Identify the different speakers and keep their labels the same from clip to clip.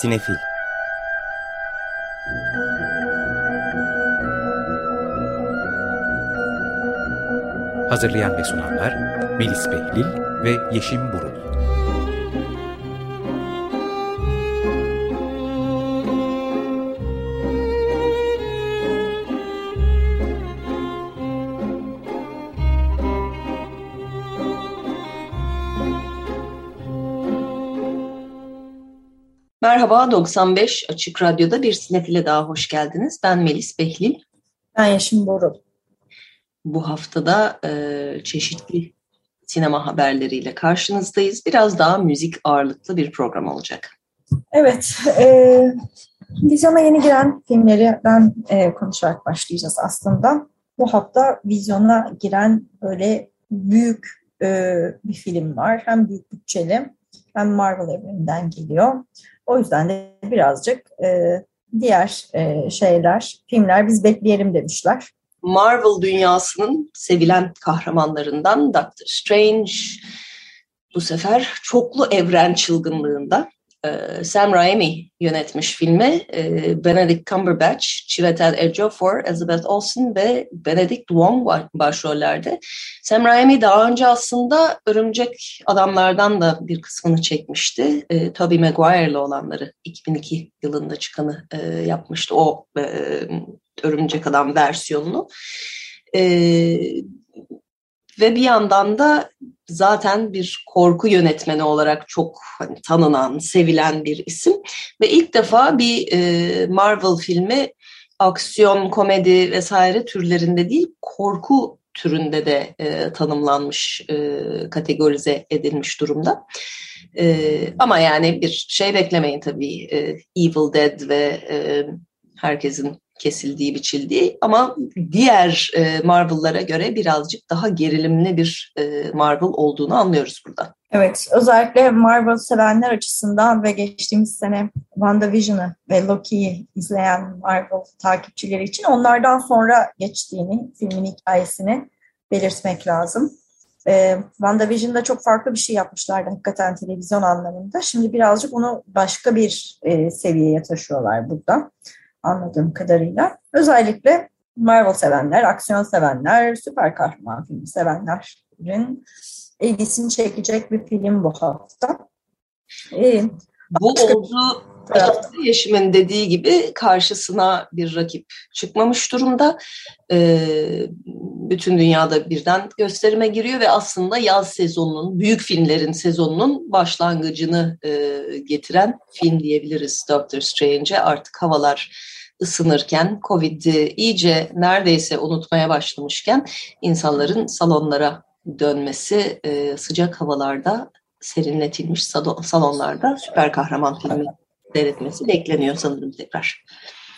Speaker 1: Sinefil. Hazırlayan ve sunanlar Melis Behlil ve Yeşim Burul.
Speaker 2: Merhaba, 95 Açık Radyo'da bir Sinefil'e daha hoş geldiniz. Ben Melis Behlil.
Speaker 3: Ben Yeşim Burul.
Speaker 2: Bu haftada çeşitli sinema haberleriyle karşınızdayız. Biraz daha müzik ağırlıklı bir program olacak.
Speaker 3: Evet, vizyona yeni giren filmlerden konuşarak başlayacağız aslında. Bu hafta vizyona giren böyle büyük bir film var. Hem büyük bütçeli hem Marvel evreninden geliyor. O yüzden de birazcık diğer filmler biz bekleyelim demişler.
Speaker 2: Marvel dünyasının sevilen kahramanlarından Doctor Strange bu sefer çoklu evren çılgınlığında. Sam Raimi yönetmiş filmi. Benedict Cumberbatch, Chiwetel Ejiofor, Elizabeth Olsen ve Benedict Wong başrollerde. Sam Raimi daha önce aslında Örümcek Adamlardan da bir kısmını çekmişti. Tobey Maguire'lı olanları 2002 yılında çıkanı yapmıştı o Örümcek Adam versiyonunu. Ve bir yandan da zaten bir korku yönetmeni olarak çok tanınan, sevilen bir isim. Ve ilk defa bir Marvel filmi aksiyon, komedi vesaire türlerinde değil, korku türünde de tanımlanmış, kategorize edilmiş durumda. Ama yani bir şey beklemeyin tabii. Evil Dead ve herkesin kesildiği, biçildiği ama diğer Marvel'lara göre birazcık daha gerilimli bir Marvel olduğunu anlıyoruz burada.
Speaker 3: Evet, özellikle Marvel sevenler açısından ve geçtiğimiz sene WandaVision'ı ve Loki'yi izleyen Marvel takipçileri için onlardan sonra geçtiğini, filmin hikayesini belirtmek lazım. WandaVision'da çok farklı bir şey yapmışlardı hakikaten televizyon anlamında. Şimdi birazcık onu başka bir seviyeye taşıyorlar burada. Anladığım kadarıyla. Özellikle Marvel sevenler, aksiyon sevenler, süper kahraman filmi sevenlerin ilgisini çekecek bir film bu hafta.
Speaker 2: Bu oldu. Yeşim'in dediği gibi karşısına bir rakip çıkmamış durumda. Bütün dünyada birden gösterime giriyor ve aslında yaz sezonunun, büyük filmlerin sezonunun başlangıcını getiren film diyebiliriz Doctor Strange'e. Artık havalar ısınırken, Covid'i iyice neredeyse unutmaya başlamışken insanların salonlara dönmesi, sıcak havalarda serinletilmiş salonlarda süper kahraman filmi seyretmesi bekleniyor sanırım tekrar.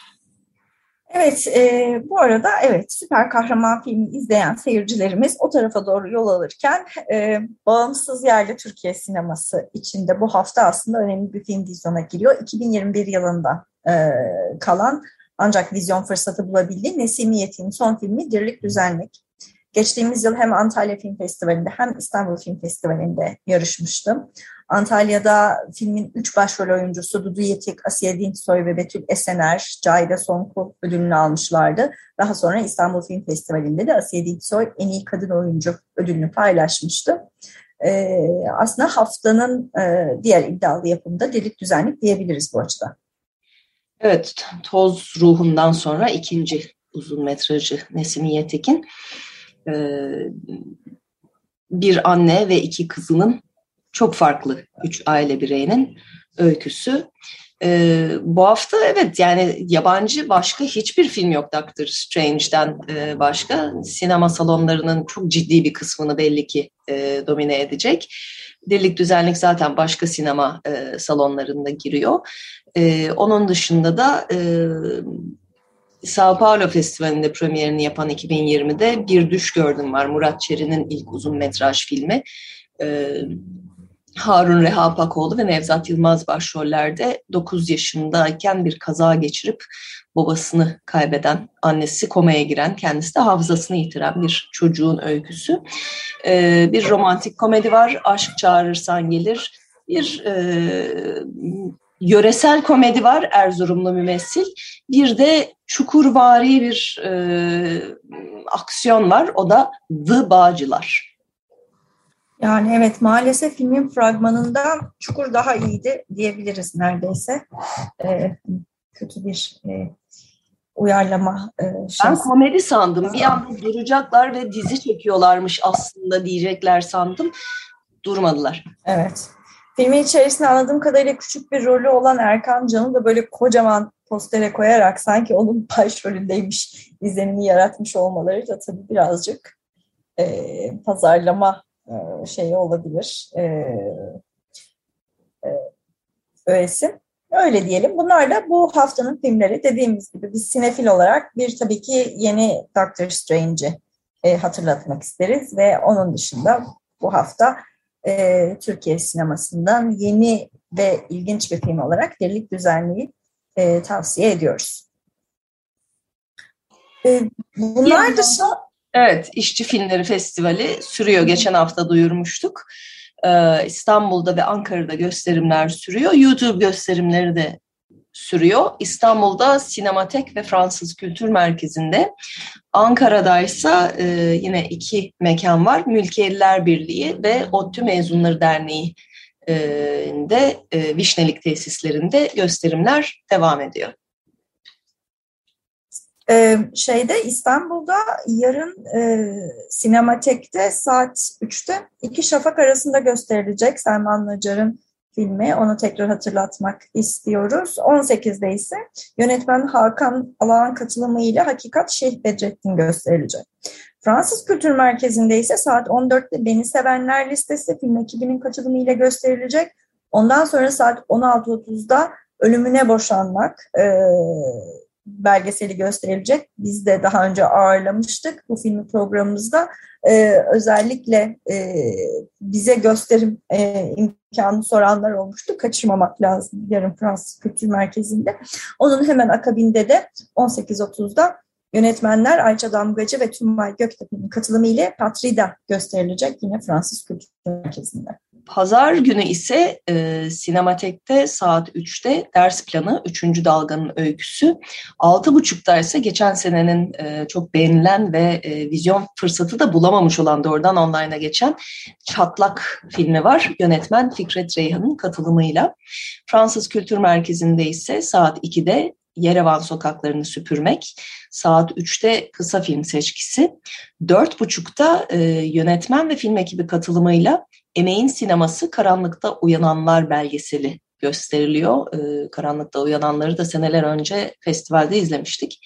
Speaker 3: Evet, bu arada süper kahraman filmi izleyen seyircilerimiz o tarafa doğru yol alırken bağımsız yerli Türkiye sineması içinde bu hafta aslında önemli bir film vizyona giriyor. 2021 yılında kalan ancak vizyon fırsatı bulabildi. Nesim Yetik'in son filmi Dirlik Düzenlik. Geçtiğimiz yıl hem Antalya Film Festivali'nde hem İstanbul Film Festivali'nde yarışmıştım. Antalya'da filmin 3 başrol oyuncusu Dudu Yetik, Asiye Dinçsoy ve Betül Esener, Cahide Sonkul ödülünü almışlardı. Daha sonra İstanbul Film Festivali'nde de Asiye Dinçsoy en iyi kadın oyuncu ödülünü paylaşmıştı. Aslında haftanın diğer iddialı yapımında Dirlik Düzenlik diyebiliriz bu açıdan.
Speaker 2: Evet, Toz Ruhundan sonra ikinci uzun metrajı Nesim Yetik'in. Bir anne ve iki kızının çok farklı 3 aile bireyinin öyküsü. Bu hafta yani yabancı başka hiçbir film yok Doctor Strange'den başka. Sinema salonlarının çok ciddi bir kısmını belli ki domine edecek. Dirlik Düzenlik zaten başka sinema salonlarında giriyor. Onun dışında da Sao Paulo Festivali'nde premierini yapan 2020'de Bir Düş Gördüm var. Murat Çeri'nin ilk uzun metraj filmi. Harun Reha Pakoğlu ve Nevzat Yılmaz başrollerde 9 yaşındayken bir kaza geçirip babasını kaybeden, annesi komaya giren, kendisi de hafızasını yitiren bir çocuğun öyküsü. Bir romantik komedi var. Aşk Çağırırsan Gelir. Bir yöresel komedi var, Erzurumlu mümessil. Bir de çukurvari bir aksiyon var. O da The Bağcılar.
Speaker 3: Yani evet, maalesef filmin fragmanından Çukur daha iyiydi diyebiliriz neredeyse. Kötü bir uyarlama.
Speaker 2: Ben komedi sandım. Bir anda duracaklar ve dizi çekiyorlarmış aslında diyecekler sandım. Durmadılar.
Speaker 3: Evet. Filmin içerisinde anladığım kadarıyla küçük bir rolü olan Erkan Can'ı da böyle kocaman postere koyarak sanki onun başrolündeymiş izlenimi yaratmış olmaları da tabii birazcık pazarlama şeyi olabilir. Öylesi. Öyle diyelim. Bunlar da bu haftanın filmleri. Dediğimiz gibi biz sinefil olarak bir tabii ki yeni Doctor Strange'i hatırlatmak isteriz ve onun dışında bu hafta Türkiye sinemasından yeni ve ilginç bir film olarak Dirlik Düzenli'yi tavsiye ediyoruz. Bunlar dışında...
Speaker 2: Evet, İşçi Filmleri Festivali sürüyor. Geçen hafta duyurmuştuk. İstanbul'da ve Ankara'da gösterimler sürüyor. YouTube gösterimleri de sürüyor. İstanbul'da Sinematek ve Fransız Kültür Merkezi'nde. Ankara'daysa yine 2 mekan var. Mülkiyeliler Birliği ve ODTÜ Mezunları Derneği de Vişnelik tesislerinde gösterimler devam ediyor.
Speaker 3: İstanbul'da yarın Sinematek'te saat 3'te İki Şafak arasında gösterilecek Selman Nacar'ın filmi. Onu tekrar hatırlatmak istiyoruz. 18'de ise yönetmen Hakan Alağan katılımıyla Hakikat Şeyh Bedrettin gösterilecek. Fransız Kültür Merkezi'nde ise saat 14'te Beni Sevenler Listesi film ekibinin katılımıyla gösterilecek. Ondan sonra saat 16.30'da Ölümüne Boşanmak belgeseli gösterilecek. Biz de daha önce ağırlamıştık bu filmi programımızda. Özellikle bize gösterim imkanı soranlar olmuştu. Kaçırmamak lazım yarın Fransız Kültür Merkezi'nde. Onun hemen akabinde de 18.30'da yönetmenler Ayça Damgacı ve Tümay Göktepe'nin katılımı ile Patrida gösterilecek yine Fransız Kültür Merkezi'nde.
Speaker 2: Pazar günü ise Sinematek'te saat 3'te Ders Planı 3. Dalganın Öyküsü. 6.30'da ise geçen senenin çok beğenilen ve vizyon fırsatı da bulamamış olan doğrudan online'a geçen Çatlak filmi var. Yönetmen Fikret Reyhan'ın katılımıyla. Fransız Kültür Merkezi'nde ise saat 2'de Yerevan Sokaklarını Süpürmek, saat 3'te kısa film seçkisi, 4.30'da yönetmen ve film ekibi katılımıyla Emeğin Sineması Karanlıkta Uyananlar belgeseli gösteriliyor. Karanlıkta Uyananları da seneler önce festivalde izlemiştik.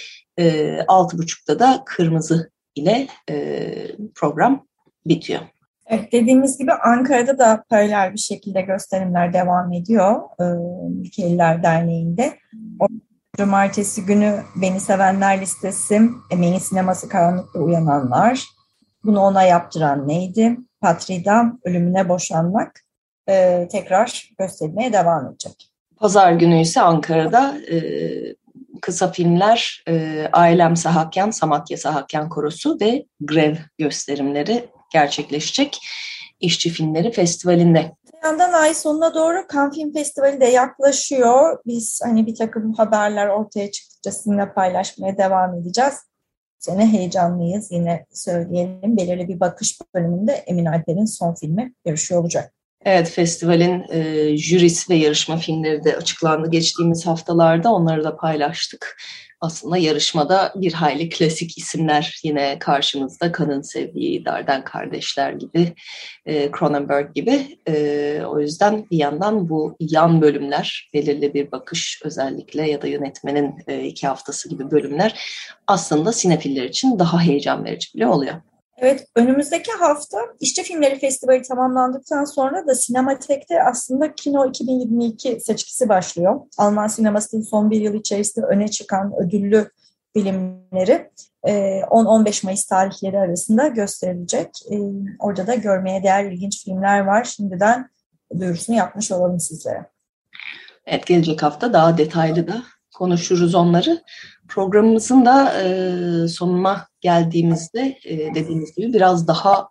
Speaker 2: 6.30'da da Kırmızı ile program bitiyor.
Speaker 3: Evet, dediğimiz gibi Ankara'da da paralel bir şekilde gösterimler devam ediyor Mülkiyeliler Derneği'nde. Cumartesi günü Beni Sevenler Listesi, Emeğin Sineması Karanlıkta Uyananlar, Bunu Ona Yaptıran Neydi, Patrida, Ölümüne Boşanmak tekrar gösterilmeye devam edecek.
Speaker 2: Pazar günü ise Ankara'da kısa filmler Ailem Sahakyan, Samatya Sahakyan Korosu ve Grev gösterimleri gerçekleşecek İşçi Filmleri Festivali'nde.
Speaker 3: Bir yandan ay sonuna doğru Cannes Film Festivali de yaklaşıyor. Biz bir takım haberler ortaya çıktıkça sizinle paylaşmaya devam edeceğiz. Sene heyecanlıyız, yine söyleyelim. Belirli bir bakış bölümünde Emin Alper'in son filmi yarışıyor olacak.
Speaker 2: Evet, festivalin jürisi ve yarışma filmleri de açıklandı geçtiğimiz haftalarda. Onları da paylaştık. Aslında yarışmada bir hayli klasik isimler yine karşımızda. Kadın Sevdiği, Darden Kardeşler gibi, Cronenberg gibi. O yüzden bir yandan bu yan bölümler, belirli bir bakış özellikle ya da yönetmenin 2 haftası gibi bölümler aslında sinefiller için daha heyecan verici bile oluyor.
Speaker 3: Evet, önümüzdeki hafta İşçi Filmleri Festivali tamamlandıktan sonra da Sinematek'te aslında Kino 2022 seçkisi başlıyor. Alman sinemasının son bir yıl içerisinde öne çıkan ödüllü filmleri 10-15 Mayıs tarihleri arasında gösterilecek. Orada da görmeye değer ilginç filmler var. Şimdiden duyurusunu yapmış olalım sizlere.
Speaker 2: Evet, gelecek hafta daha detaylı da konuşuruz onları. Programımızın da sonuna geldiğimizde dediğimiz gibi biraz daha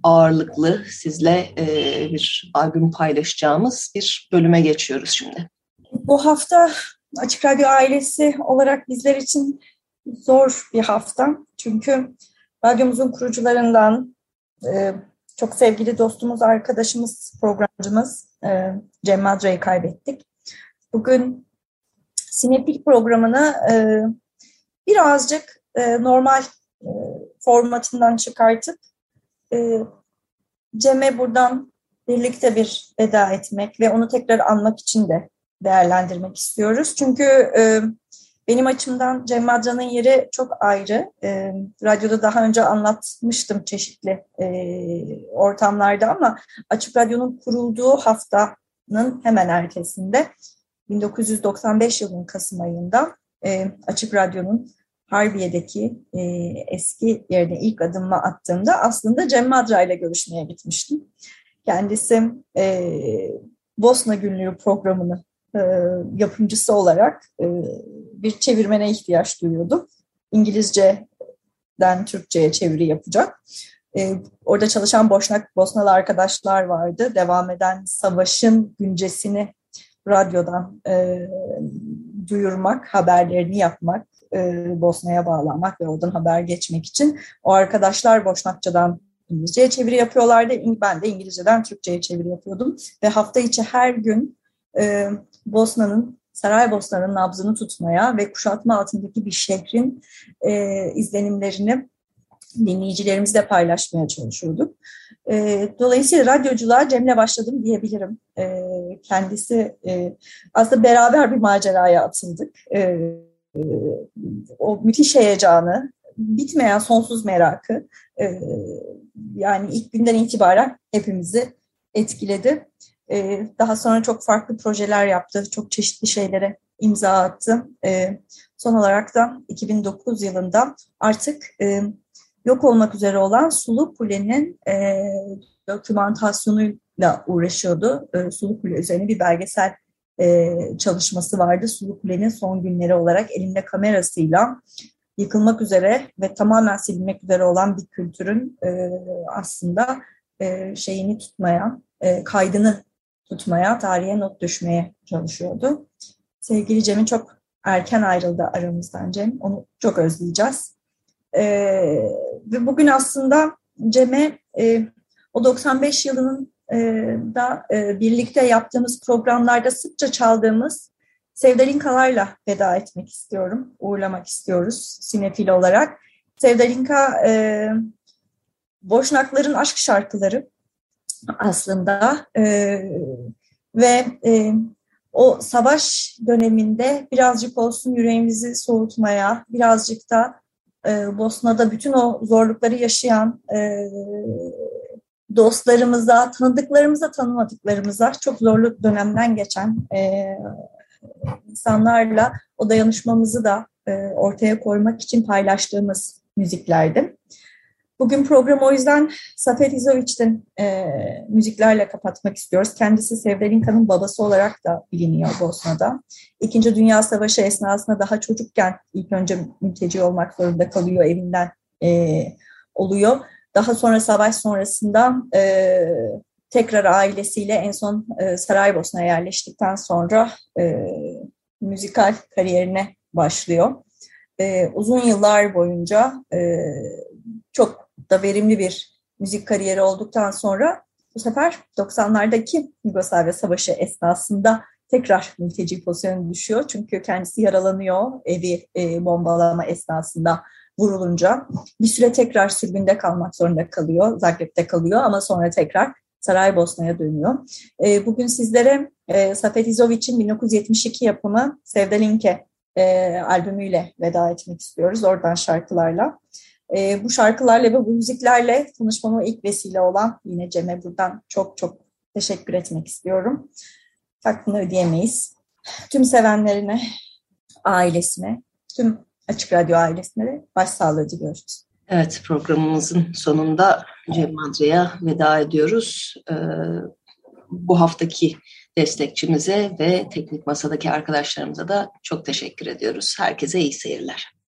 Speaker 2: ağırlıklı sizle bir albüm paylaşacağımız bir bölüme geçiyoruz şimdi.
Speaker 3: Bu hafta Açık Radyo ailesi olarak bizler için zor bir hafta. Çünkü radyomuzun kurucularından çok sevgili dostumuz, arkadaşımız, programcımız Cem Madra'yı kaybettik. Bugün Sinefil programını birazcık normal formatından çıkartıp Cem'e buradan birlikte bir veda etmek ve onu tekrar anmak için de değerlendirmek istiyoruz. Çünkü benim açımdan Cem Madra'nın yeri çok ayrı. Radyoda daha önce anlatmıştım çeşitli ortamlarda ama Açık Radyo'nun kurulduğu haftanın hemen ertesinde 1995 yılının Kasım ayında Açık Radyo'nun Harbiye'deki eski yerine ilk adımımı attığımda aslında Cem Madra ile görüşmeye gitmiştim. Kendisi Bosna Günlüğü programını yapımcısı olarak bir çevirmene ihtiyaç duyuyordu. İngilizceden Türkçe'ye çeviri yapacak. Orada çalışan Bosnalı arkadaşlar vardı. Devam eden savaşın güncesini radyodan duyurmak, haberlerini yapmak, Bosna'ya bağlanmak ve oradan haber geçmek için o arkadaşlar Boşnakçadan İngilizceye çeviri yapıyorlardı. Ben de İngilizceden Türkçe'ye çeviri yapıyordum. Ve hafta içi her gün Saraybosna'nın nabzını tutmaya ve kuşatma altındaki bir şehrin izlenimlerini dinleyicilerimizle paylaşmaya çalışıyorduk. Dolayısıyla radyoculuğa Cem'le başladım diyebilirim. Kendisi aslında beraber bir maceraya atıldık. O müthiş heyecanı, bitmeyen sonsuz merakı yani ilk günden itibaren hepimizi etkiledi. Daha sonra çok farklı projeler yaptı, çok çeşitli şeylere imza attı. Son olarak da 2009 yılında artık yok olmak üzere olan Sulu Kule'nin dokümantasyonuyla uğraşıyordu. Sulu Kule üzerine bir belgesel çalışması vardı. Sulu Kule'nin son günleri olarak elinde kamerasıyla yıkılmak üzere ve tamamen silinmek üzere olan bir kültürün aslında şeyini tutmaya, kaydını tutmaya, tarihe not düşmeye çalışıyordu. Sevgili Cem'in çok erken ayrıldı aramızdan Cem. Onu çok özleyeceğiz. Ve bugün aslında Cem'e o 95 yılının da birlikte yaptığımız programlarda sıkça çaldığımız Sevdalinkalarla veda etmek istiyorum. Uğurlamak istiyoruz Sinefil olarak. Sevdalinka Boşnakların aşk şarkıları aslında ve o savaş döneminde birazcık olsun yüreğimizi soğutmaya, birazcık da Bosna'da bütün o zorlukları yaşayan dostlarımıza, tanıdıklarımıza, tanımadıklarımıza çok zorlu dönemden geçen insanlarla o dayanışmamızı da ortaya koymak için paylaştığımız müziklerdi. Bugün programı o yüzden Safet İzoviç'in müziklerle kapatmak istiyoruz. Kendisi Sevdalinka'nın babası olarak da biliniyor Bosna'da. İkinci Dünya Savaşı esnasında daha çocukken ilk önce mülteci olmak zorunda kalıyor, evinden oluyor. Daha sonra savaş sonrasında tekrar ailesiyle en son Saraybosna'ya yerleştikten sonra müzikal kariyerine başlıyor. Uzun yıllar boyunca çok da verimli bir müzik kariyeri olduktan sonra bu sefer 90'lardaki Yugoslavya Savaşı esnasında tekrar mülteci pozisyona düşüyor. Çünkü kendisi yaralanıyor evi bombalama esnasında vurulunca. Bir süre tekrar sürgünde kalmak zorunda kalıyor, Zagreb'de kalıyor ama sonra tekrar Saraybosna'ya dönüyor. Bugün sizlere Safet İzoviç'in 1972 yapımı Sevdalinke albümüyle veda etmek istiyoruz. Oradan şarkılarla. Bu şarkılarla ve bu müziklerle tanışmama ilk vesile olan yine Cem'e buradan çok çok teşekkür etmek istiyorum. Hakkını ödeyemeyiz. Tüm sevenlerine, ailesine, tüm Açık Radyo ailesine de başsağlığı diliyoruz.
Speaker 2: Evet, programımızın sonunda Cem Madra'ya veda ediyoruz. Bu haftaki destekçimize ve teknik masadaki arkadaşlarımıza da çok teşekkür ediyoruz. Herkese iyi seyirler.